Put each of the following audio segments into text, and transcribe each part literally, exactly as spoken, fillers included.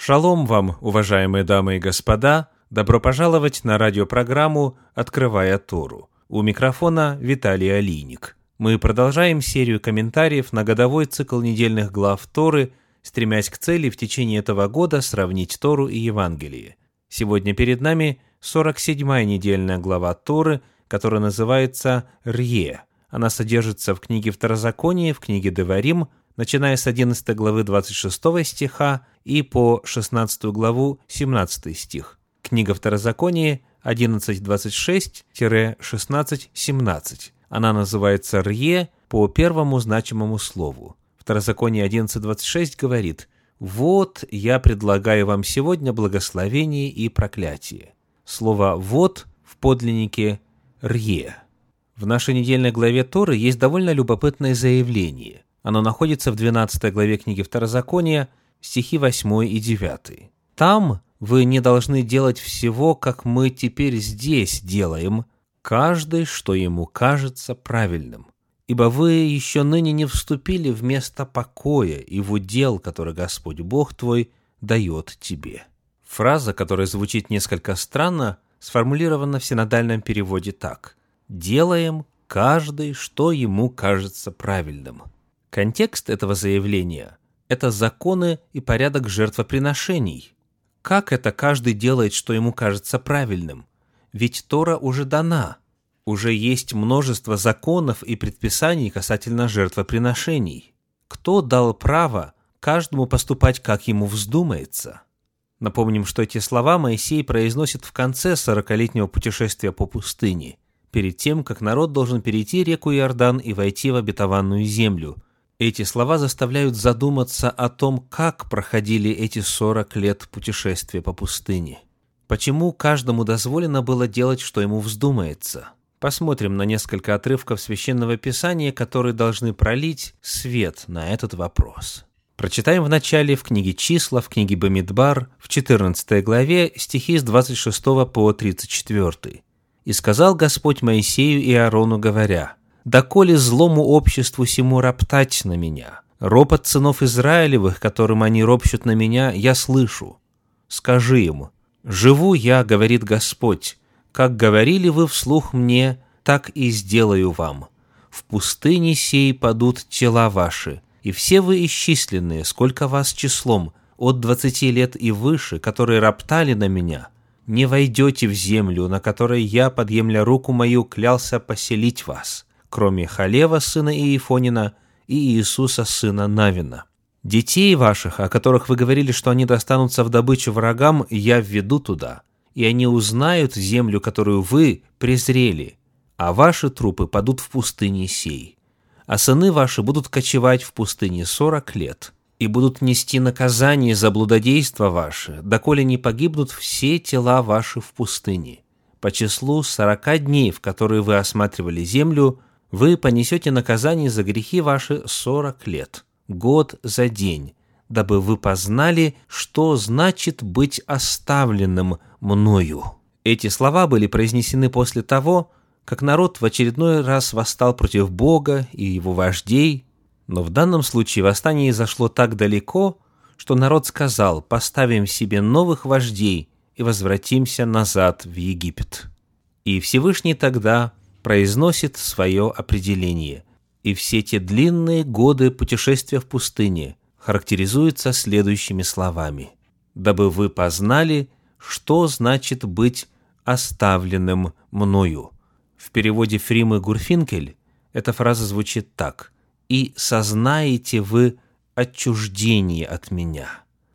Шалом вам, уважаемые дамы и господа! Добро пожаловать на радиопрограмму «Открывая Тору». У микрофона Виталий Алийник. Мы продолжаем серию комментариев на годовой цикл недельных глав Торы, стремясь к цели в течение этого года сравнить Тору и Евангелие. Сегодня перед нами сорок седьмая недельная глава Торы, которая называется «Рье». Она содержится в книге Второзакония, в книге Деварим, начиная с одиннадцатой главы двадцать шестого стиха и по шестнадцатую главу семнадцатый стих. Книга Второзакония одиннадцать двадцать шесть - шестнадцать семнадцать. Она называется «Рье» по первому значимому слову. Второзаконие одиннадцать двадцать шесть говорит: «Вот я предлагаю вам сегодня благословение и проклятие». Слово «вот» в подлиннике «рье». В нашей недельной главе Торы есть довольно любопытное заявление. Оно находится в двенадцатой главе книги Второзакония, стихи восьмой и девятый. «Там вы не должны делать всего, как мы теперь здесь делаем, каждый, что ему кажется правильным. Ибо вы еще ныне не вступили в место покоя и в удел, который Господь Бог твой дает тебе». Фраза, которая звучит несколько странно, сформулирована в синодальном переводе так: «Делаем каждый, что ему кажется правильным». Контекст этого заявления – это законы и порядок жертвоприношений. Как это каждый делает, что ему кажется правильным? Ведь Тора уже дана. Уже есть множество законов и предписаний касательно жертвоприношений. Кто дал право каждому поступать, как ему вздумается? Напомним, что эти слова Моисей произносит в конце сорокалетнего путешествия по пустыне, перед тем, как народ должен перейти реку Иордан и войти в обетованную землю. Эти слова заставляют задуматься о том, как проходили эти сорок лет путешествия по пустыне. Почему каждому дозволено было делать, что ему вздумается? Посмотрим на несколько отрывков Священного Писания, которые должны пролить свет на этот вопрос. Прочитаем вначале в книге «Числа», в книге Бамидбар, в четырнадцатой главе, стихи с двадцать шестого по тридцать четвёртый. «И сказал Господь Моисею и Аарону, говоря: доколе злому обществу сему роптать на меня? Ропот сынов Израилевых, которым они ропщут на меня, я слышу. Скажи им: живу я, говорит Господь, как говорили вы вслух мне, так и сделаю вам. В пустыне сей падут тела ваши, и все вы исчисленные, сколько вас числом, от двадцати лет и выше, которые роптали на меня, не войдете в землю, на которой я, подъемля руку мою, клялся поселить вас, кроме Халева, сына Иефонина, и Иисуса, сына Навина. Детей ваших, о которых вы говорили, что они достанутся в добычу врагам, я введу туда, и они узнают землю, которую вы презрели, а ваши трупы падут в пустыне сей. А сыны ваши будут кочевать в пустыне сорок лет, и будут нести наказание за блудодейство ваше, доколе не погибнут все тела ваши в пустыне. По числу сорока дней, в которые вы осматривали землю, вы понесете наказание за грехи ваши сорок лет, год за день, дабы вы познали, что значит быть оставленным мною». Эти слова были произнесены после того, как народ в очередной раз восстал против Бога и его вождей, но в данном случае восстание зашло так далеко, что народ сказал: «Поставим себе новых вождей и возвратимся назад в Египет». И Всевышний тогда произносит свое определение. И все те длинные годы путешествия в пустыне характеризуются следующими словами: «Дабы вы познали, что значит быть оставленным мною». В переводе Фримы Гурфинкель эта фраза звучит так: «И сознаете вы отчуждение от меня».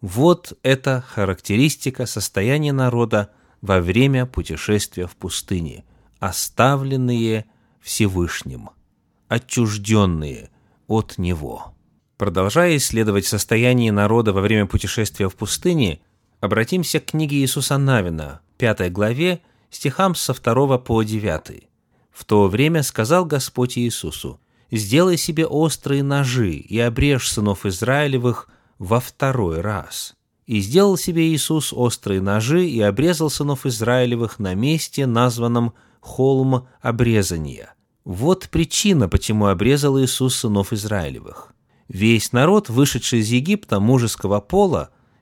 Вот это характеристика состояния народа во время путешествия в пустыне. Оставленные Всевышним, отчужденные от Него. Продолжая исследовать состояние народа во время путешествия в пустыне, обратимся к книге Иисуса Навина, пятой главе, стихам со второго по девятый. «В то время сказал Господь Иисусу: сделай себе острые ножи и обрежь сынов Израилевых во второй раз. И сделал себе Иисус острые ножи и обрезал сынов Израилевых на месте, названном холм обрезания. Вот причина, почему обрезал Иисус сынов Израилевых. Весь народ, вышедший из Египта, мужеского пола,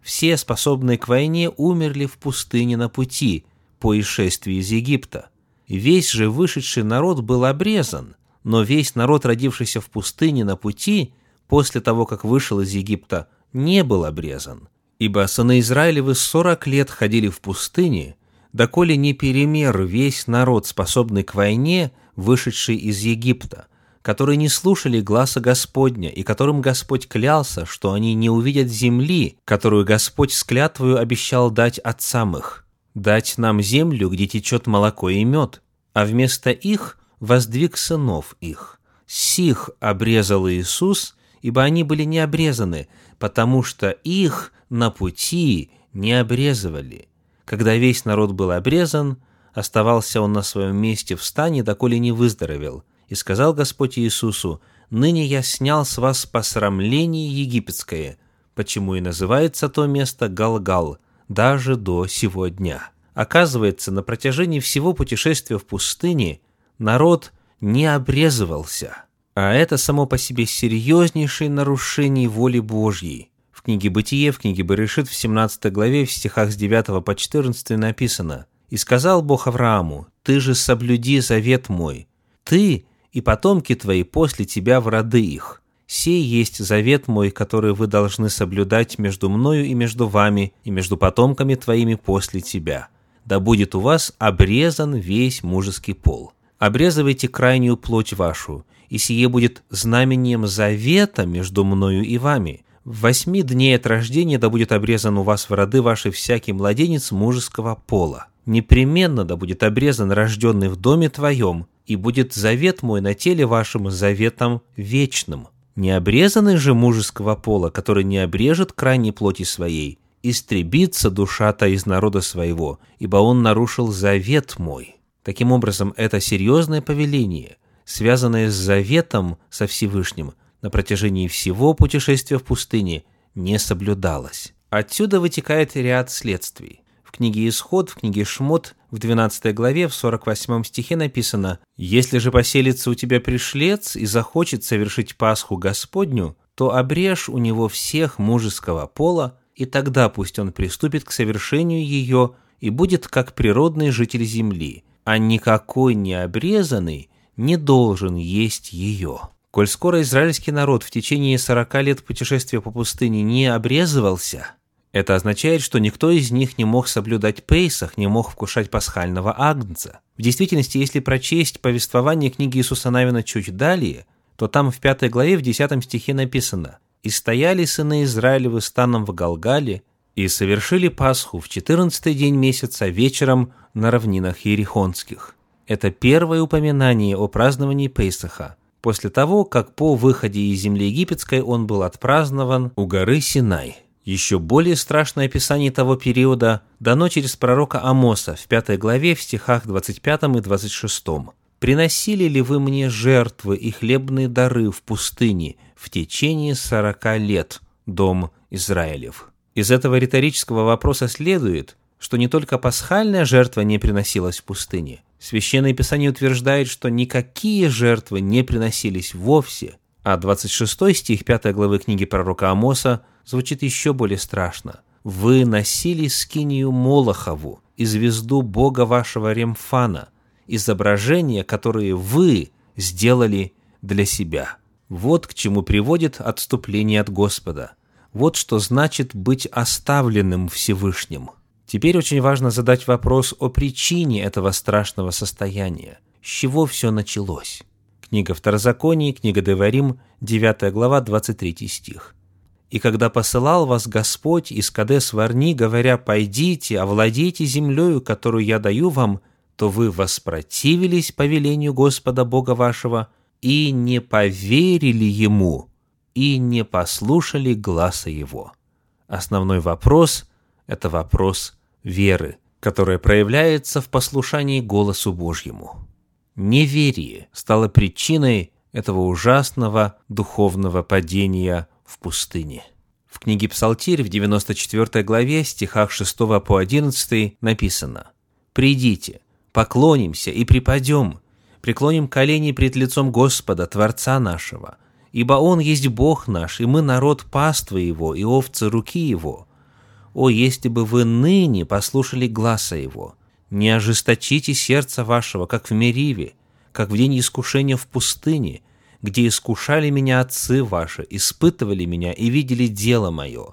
все, способные к войне, умерли в пустыне на пути по исшествии из Египта. Весь же вышедший народ был обрезан, но весь народ, родившийся в пустыне на пути, после того, как вышел из Египта, не был обрезан. Ибо сыны Израилевы сорок лет ходили в пустыне, доколе не перемер весь народ, способный к войне, вышедший из Египта, которые не слушали гласа Господня, и которым Господь клялся, что они не увидят земли, которую Господь с клятвою обещал дать отцам их, дать нам землю, где течет молоко и мед, а вместо их воздвиг сынов их. Сих обрезал Иисус, ибо они были не обрезаны, потому что их на пути не обрезывали. Когда весь народ был обрезан, оставался он на своем месте в стане, доколе не выздоровел. И сказал Господь Иисусу: «Ныне я снял с вас посрамление египетское», почему и называется то место Галгал, даже до сего дня. Оказывается, на протяжении всего путешествия в пустыне народ не обрезывался, а это само по себе серьезнейшее нарушение воли Божьей. В книге Бытие, в книге Берешит, в семнадцатой главе, в стихах с девятого по четырнадцатый написано: «И сказал Бог Аврааму: ты же соблюди завет мой, ты и потомки твои после тебя в роды их. Сей есть завет мой, который вы должны соблюдать между мною и между вами, и между потомками твоими после тебя. Да будет у вас обрезан весь мужеский пол. Обрезывайте крайнюю плоть вашу, и сие будет знамением завета между мною и вами. В восьми дней от рождения да будет обрезан у вас в роды ваши всякий младенец мужеского пола. Непременно да будет обрезан рожденный в доме твоем, и будет завет мой на теле вашем заветом вечным. Необрезанный же мужеского пола, который не обрежет крайней плоти своей, истребится душа-то из народа своего, ибо он нарушил завет мой». Таким образом, это серьезное повеление, связанное с заветом со Всевышним, на протяжении всего путешествия в пустыне не соблюдалось. Отсюда вытекает ряд следствий. В книге Исход, в книге Шмот, в двенадцатой главе, в сорок восьмом стихе написано: «Если же поселится у тебя пришлец и захочет совершить Пасху Господню, то обрежь у него всех мужеского пола, и тогда пусть он приступит к совершению ее и будет как природный житель земли, а никакой необрезанный не должен есть ее». Коль скоро израильский народ в течение сорока лет путешествия по пустыне не обрезывался, это означает, что никто из них не мог соблюдать Пейсах, не мог вкушать пасхального агнца. В действительности, если прочесть повествование книги Иисуса Навина чуть далее, то там в пятой главе, в десятом стихе написано: «И стояли сыны Израилевы станом в Галгале, и совершили Пасху в четырнадцатый день месяца вечером на равнинах Иерихонских». Это первое упоминание о праздновании Пейсаха, после того, как по выходе из земли египетской он был отпразднован у горы Синай. Еще более страшное описание того периода дано через пророка Амоса в пятой главе в стихах двадцать пятом и двадцать шестом. «Приносили ли вы мне жертвы и хлебные дары в пустыне в течение сорока лет, дом Израилев?» Из этого риторического вопроса следует, что не только пасхальная жертва не приносилась в пустыне. Священное Писание утверждает, что никакие жертвы не приносились вовсе, а двадцать шестой стих пятой главы книги пророка Амоса звучит еще более страшно. «Вы носили скинию Молохову и звезду бога вашего Ремфана, изображения, которые вы сделали для себя». Вот к чему приводит отступление от Господа. Вот что значит быть оставленным Всевышним. Теперь очень важно задать вопрос о причине этого страшного состояния. С чего все началось? Книга Второзаконий, книга Деварим, девятая глава, двадцать третий стих. «И когда посылал вас Господь из Кадес-Варни, говоря: пойдите, овладейте землею, которую я даю вам, то вы воспротивились повелению Господа Бога вашего и не поверили Ему, и не послушали гласа Его». Основной вопрос – это вопрос веры, которая проявляется в послушании голосу Божьему. Неверие стало причиной этого ужасного духовного падения в пустыне. В книге Псалтирь в девяносто четвёртой главе, стихах шестого по одиннадцатый написано: «Придите, поклонимся и припадем, преклоним колени пред лицом Господа, Творца нашего, ибо Он есть Бог наш, и мы народ паствы Его и овцы руки Его. О, если бы вы ныне послушали гласа его! Не ожесточите сердце вашего, как в Мериве, как в день искушения в пустыне, где искушали меня отцы ваши, испытывали меня и видели дело мое.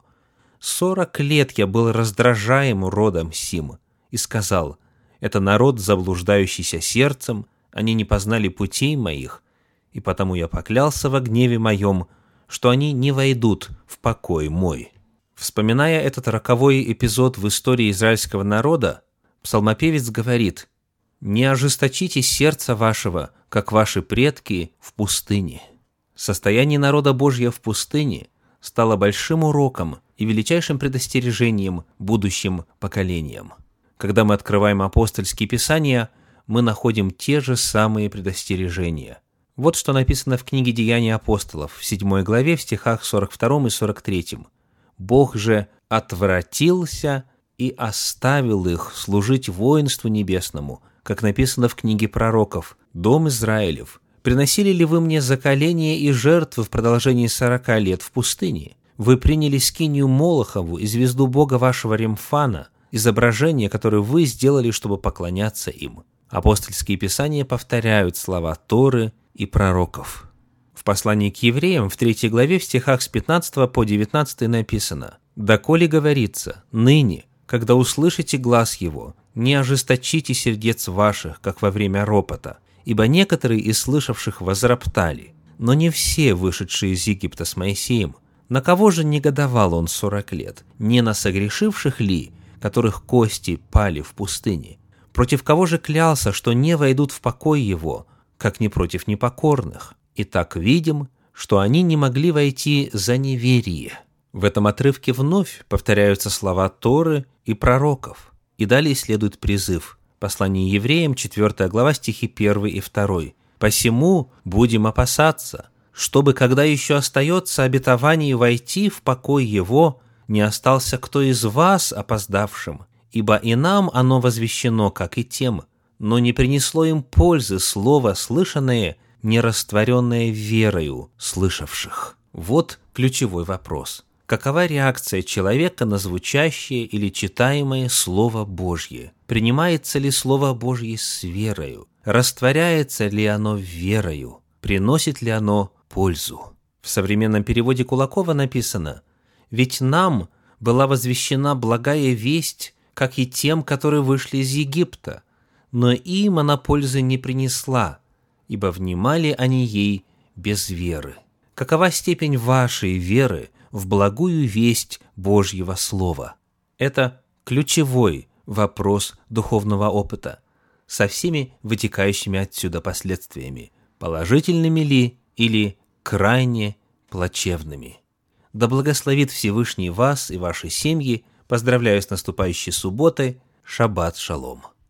Сорок лет я был раздражаем родом сим, и сказал: это народ, заблуждающийся сердцем, они не познали путей моих, и потому я поклялся во гневе моем, что они не войдут в покой мой». Вспоминая этот роковой эпизод в истории израильского народа, псалмопевец говорит: «Не ожесточите сердце вашего, как ваши предки в пустыне». Состояние народа Божьего в пустыне стало большим уроком и величайшим предостережением будущим поколениям. Когда мы открываем апостольские писания, мы находим те же самые предостережения. Вот что написано в книге «Деяния апостолов» в седьмой главе в стихах сорок втором и сорок третьем. «Бог же отвратился и оставил их служить воинству небесному, как написано в книге пророков: Дом Израилев, приносили ли вы мне заколения и жертвы в продолжении сорока лет в пустыне? Вы приняли скинию Молохову и звезду бога вашего Ремфана, изображение, которое вы сделали, чтобы поклоняться им». Апостольские писания повторяют слова Торы и пророков. В послании к евреям в третьей главе в стихах с пятнадцатого по девятнадцатый написано: «Доколе говорится, ныне, когда услышите глас его, не ожесточите сердец ваших, как во время ропота, ибо некоторые из слышавших возроптали, но не все, вышедшие из Египта с Моисеем. На кого же негодовал он сорок лет? Не на согрешивших ли, которых кости пали в пустыне? Против кого же клялся, что не войдут в покой его, как не против непокорных? Итак, видим, что они не могли войти за неверие». В этом отрывке вновь повторяются слова Торы и пророков. И далее следует призыв. Послание евреям, четвёртая глава, стихи первый и второй. «Посему будем опасаться, чтобы, когда еще остается обетование войти в покой его, не остался кто из вас опоздавшим, ибо и нам оно возвещено, как и тем, но не принесло им пользы слово, слышанное, не растворенное верою слышавших». Вот ключевой вопрос. Какова реакция человека на звучащее или читаемое Слово Божье? Принимается ли Слово Божье с верою? Растворяется ли оно верою? Приносит ли оно пользу? В современном переводе Кулакова написано: «Ведь нам была возвещена благая весть, как и тем, которые вышли из Египта, но им она пользы не принесла, ибо внимали они ей без веры». Какова степень вашей веры в благую весть Божьего Слова? Это ключевой вопрос духовного опыта, со всеми вытекающими отсюда последствиями, положительными ли или крайне плачевными. Да благословит Всевышний вас и ваши семьи. Поздравляю с наступающей субботой. Шаббат шалом.